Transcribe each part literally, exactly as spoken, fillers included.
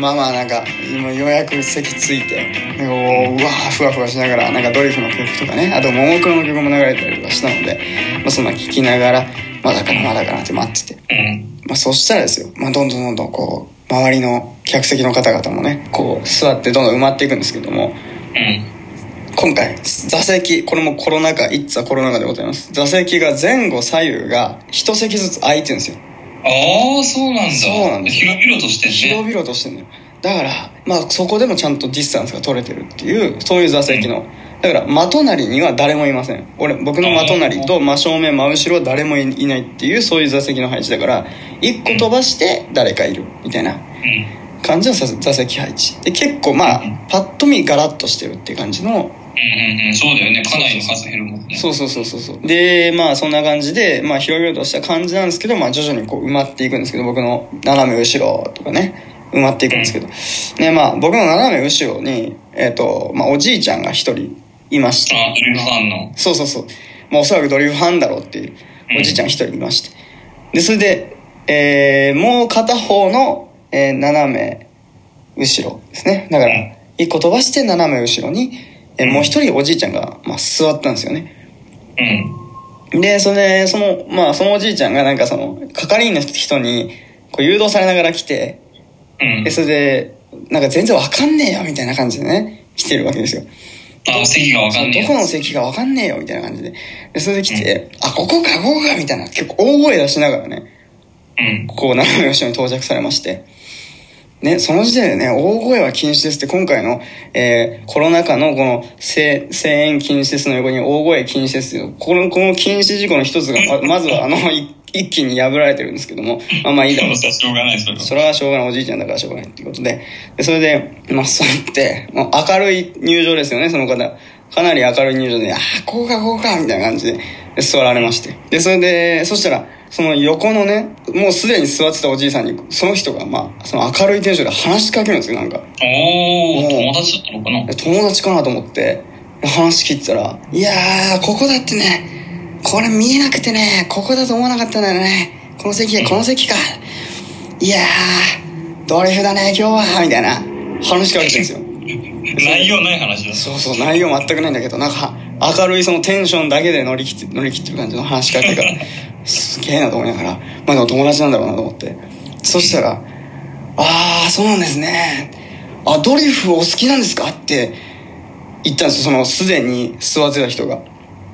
まあまあなんか今ようやく席ついてなんかこううわーふわふわしながらなんかドリフの曲とかね、あとももクロの曲も流れたりとかしたので、まあ、そんな聴きながらまだかなまだかなって待ってて、うんまあ、そしたらですよ、まあ、どんどんどんどんこう周りの客席の方々もねこう座ってどんどん埋まっていくんですけども、うん今回座席これもコロナ禍いつはコロナ禍でございます。座席が前後左右が一席ずつ空いてるんですよ。 ああそうなんだ。 そうなんです。 広々としてんね。 広々としてんのよ。だからまあそこでもちゃんとディスタンスが取れてるっていうそういう座席の、うん、だから真隣には誰もいません。俺僕の真隣と真正面真後ろは誰も い, いないっていうそういう座席の配置だからいっこ飛ばして誰かいるみたいな感じの座席配置で結構まあパッと見ガラッとしてるっていう感じのうんうんうん、そうだよね。かなりの数減るもんね。 そうそうそうそうそう。で、まあそんな感じで、まあ広々とした感じなんですけど、まあ徐々にこう埋まっていくんですけど、僕の斜め後ろとかね、埋まっていくんですけど、で、まあ僕の斜め後ろに、えっと、まあおじいちゃんが一人いまして。 あ、ドリフファンの。 そうそうそう。まあおそらくドリフファンだろうっていうおじいちゃんが一人いまして。で、それで、えー、もう片方の、えー、斜め後ろですね。だから、一個飛ばして斜め後ろに、えもう一人おじいちゃんが、まあ、座ったんですよね。うん。で、それで、その、まあ、そのおじいちゃんがなんかその、係員の人に、こう誘導されながら来て、うん。で、それで、なんか全然わかんねえよ、みたいな感じでね、来てるわけですよ。 あ、席がわかんねえよ。 どこの席がわかんねえよ、みたいな感じで。で、それで来て、うん、あ、ここか、ここか、みたいな、結構大声出しながらね、うん。こう、斜め後ろに到着されまして、ね、その時点でね、大声は禁止ですって、今回の、えー、コロナ禍のこの声援禁止ですの横に大声禁止ですよ。この、この禁止事項の一つが、ま、まずはあの、一気に破られてるんですけども、まあまあいいだろうと。 しょうがない、それは。 それはしょうがない、おじいちゃんだからしょうがないっていうことで、でそれで、まあそうやって、まあ、明るい入場ですよね、その方。かなり明るい入場で、ああ、こうかこうか、みたいな感じで、で座られまして。で、それで、そしたら、その横のね、もうすでに座ってたおじいさんに、その人が、まあ、その明るいテンションで話しかけるんですよ、なんか。 おー、友達だったのかな？ 友達かなと思って、話聞いてたら、いやー、ここだってね、これ見えなくてね、ここだと思わなかったんだよね。この席、この席か。いやー、ドリフだね、今日は、みたいな話しかけてるんですよ。 内容ない話だ。 そうそう、内容全くないんだけど、なんか、明るいそのテンションだけで乗り切って、乗り切ってる感じの話しかけが、すげえなと思いながら、まあでも友達なんだろうなと思って。そしたら、あー、そうなんですね。あ、ドリフお好きなんですかって言ったんですよ、そのすでに座ってた人が。うん。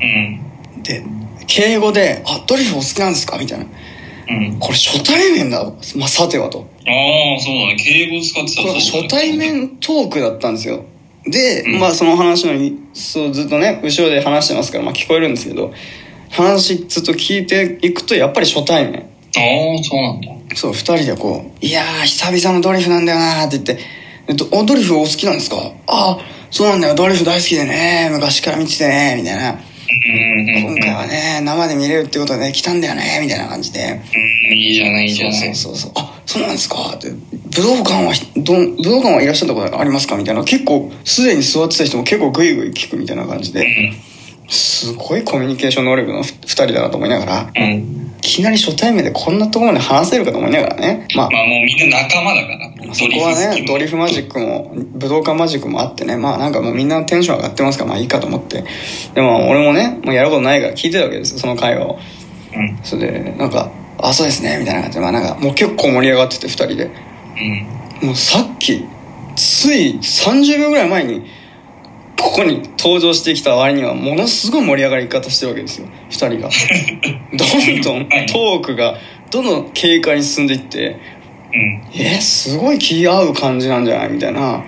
で、敬語で、あ、ドリフお好きなんですかみたいな。うん。これ初対面だ。まあ、さてはと。 ああ、そうだね。敬語使ってた。 これ初対面トークだったんですよ。で、うん、まあその話のそうずっとね後ろで話してますから、まあ、聞こえるんですけど、話ずっと聞いていくとやっぱり初対面。 ああ、そうなんだ。 そう、二人でこう、いやー久々のドリフなんだよなーって言って、えっと、ドリフお好きなんですか？ああ、そうなんだよ、ドリフ大好きでね、昔から見ててね、みたいな。今回はね生で見れるってことで、ね、来たんだよねみたいな感じで、 うん、いいじゃないいいじゃない。 そうそうそう、あ、そうなんですかって、武道館はど武道館はいらっしゃったことありますかみたいな、結構すでに座ってた人も結構グイグイ聞くみたいな感じで、うん、すごいコミュニケーション能力のふたりだなと思いながら、うん、いきなり初対面でこんなところまで話せるかと思いながらね、まあ、 まあもうみんな仲間だから、 そこはねドリフマジックも武道館マジックもあってね、まあなんかもうみんなテンション上がってますから、まあいいかと思って、でも俺もねもうやることないから聞いてたわけですよ、その会話を、うん、それでなんかあそうですねみたいな感じで、まあなんかもう結構盛り上がっててふたりで、うん、もうさっきついさんじゅうびょうぐらい前にここに登場してきた割にはものすごい盛り上がり方してるわけですよ、ふたりがどんどんトークがどんどん軽快に進んでいって、うん、えすごい気合う感じなんじゃないみたいな、うん、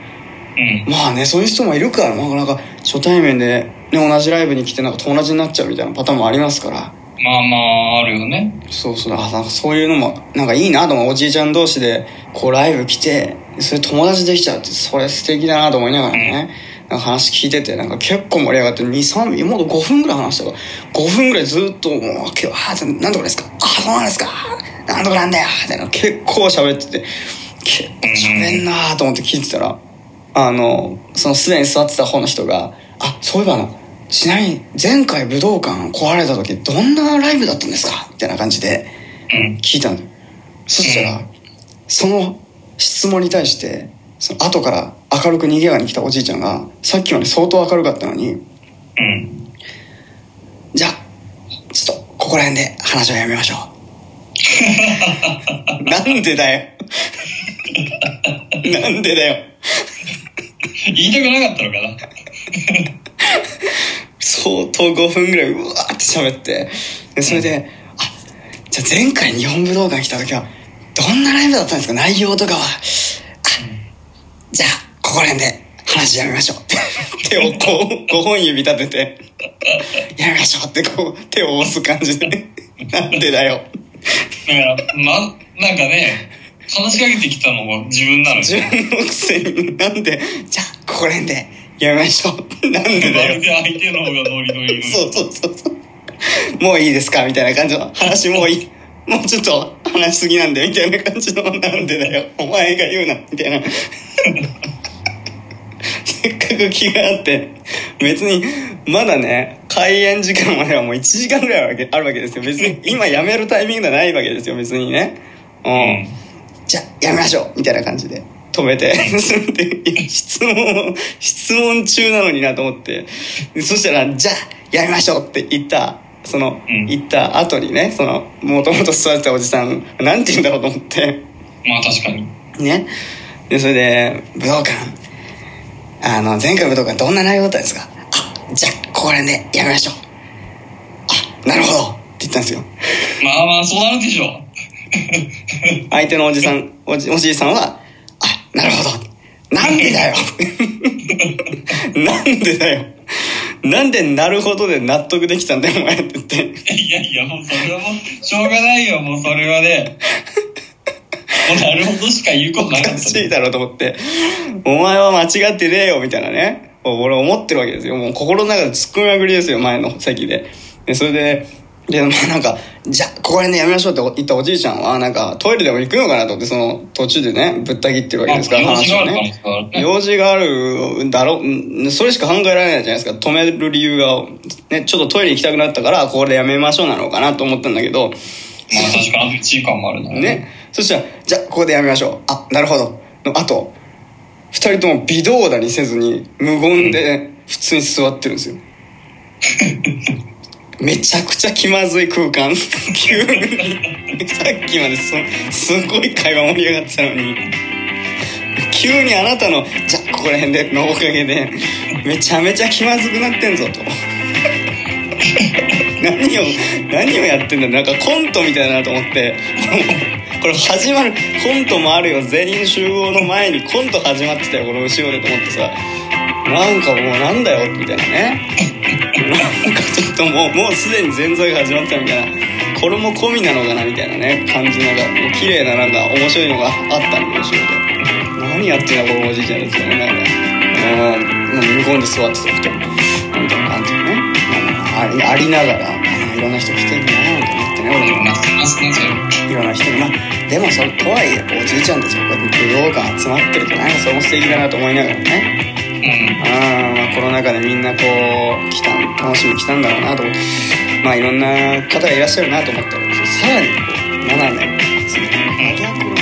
まあねそういう人もいるから、なかなか初対面で、ね、同じライブに来てなんか友達になっちゃうみたいなパターンもありますから、 まあまああるよね。 そうそう、あなんかそういうのもなんかいいなと思う、おじいちゃん同士でこうライブ来てそれ友達できちゃうって、それ素敵だなと思いながらね、うん、なんか話聞いててなんか結構盛り上がってに、さん、もうごふんぐらい話したからごふんぐらいずっともう今日は何とかですか、あそうなんですか、なんとかなんだよみたいな結構喋ってて、結構喋んなーと思って聞いてたら、あのそのすでに座ってた方の人が、あそういえばあのちなみに前回武道館壊れた時どんなライブだったんですかみたいな感じで聞いたんだよ、うん、そしたら、うん、その質問に対してその後から明るく逃げがに来たおじいちゃんがさっきまで相当明るかったのに、うん、じゃあちょっとここら辺で話をやめましょうなんでだよなんでだよ言いたくなかったのかな相当ごふんぐらいうわーって喋ってでそれで、うん、あじゃあ前回日本武道館来た時はどんなライブだったんですか内容とかはあ、うん、じゃあここら辺で話やめましょうって手をこうごほん指立ててやめましょうってこう手を押す感じでなんでだよだからまなんかね話しかけてきたのは自分なのに自分のくせになんでじゃあここら辺でやめましょうなんでだよまるで相手の方がノリノリそうそうそうそうもういいですかみたいな感じの話もういいもうちょっと話しすぎなんでみたいな感じのなんでだよお前が言うなみたいなせっかく気があって別にまだね開演時間まではもういちじかんぐらいあるわけですよ別に今やめるタイミングではないわけですよ別にねうん、うん、じゃあやめましょうみたいな感じで止めて質問質問中なのになと思ってそしたらじゃあやめましょうって言ったその、うん、言った後にねそのもともと座ってたおじさんなんて言うんだろうと思ってまあ確かにねでそれで武道館あの前回武道館どんな内容だったんですかあじゃあここら辺でやめましょうあなるほどって言ったんですよまあまあそうなるでしょう相手のおじさんおじ、おじいさんはあなるほどなんでだよなんでだよなんでなるほどで納得できたんだよお前って言っていやいやもうそれはもうしょうがないよもうそれはねもうなるほどしか言うことなかったおかしいだろうと思ってお前は間違ってねえよみたいなね俺思ってるわけですよもう心の中で突っ込みまくりですよ前の席ででそれででまあなんかじゃあここら辺でやめましょうって言ったおじいちゃんはなんかトイレでも行くのかなと思ってその途中でねぶった切ってるわけですから話をね用事があるだろそれしか考えられないじゃないですか止める理由が、ね、ちょっとトイレ行きたくなったからこれでやめましょうなのかなと思ったんだけどまあ確かにいちじかんもあるねねそしたらじゃあここでやめましょうあなるほどあとふたりとも微動だにせずに無言で普通に座ってるんですよめちゃくちゃ気まずい空間急にさっきまですすごい会話盛り上がってたのに急にあなたのじゃあここら辺でのおかげでめちゃめちゃ気まずくなってんぞと何を何をやってんだなんかコントみたいだなと思ってこれ始まるコントもあるよ全員集合の前にコント始まってたよこの後ろでと思ってさなんかもうなんだよみたいなねなんかちょっともうもうすでに前座が始まってたみたいなこれも込みなのかなみたいなね感じのがもう綺麗ななんか面白いのがあったんで後ろで何やってんだこのおじいちゃんですよねなんかもう無言で座ってた人なんてなんていうねあり、ありながらいろんな人来てるななんて思ってね俺もいろんな人にまあでもそれとはいえおじいちゃんたちがこうやって武道館集まってるとなんかそれも素敵だなと思いながらねうん、あまあコロナ禍でみんなこう来た楽しみに来たんだろうなと思ってまあいろんな方がいらっしゃるなと思ったらさらにこうななねん真逆の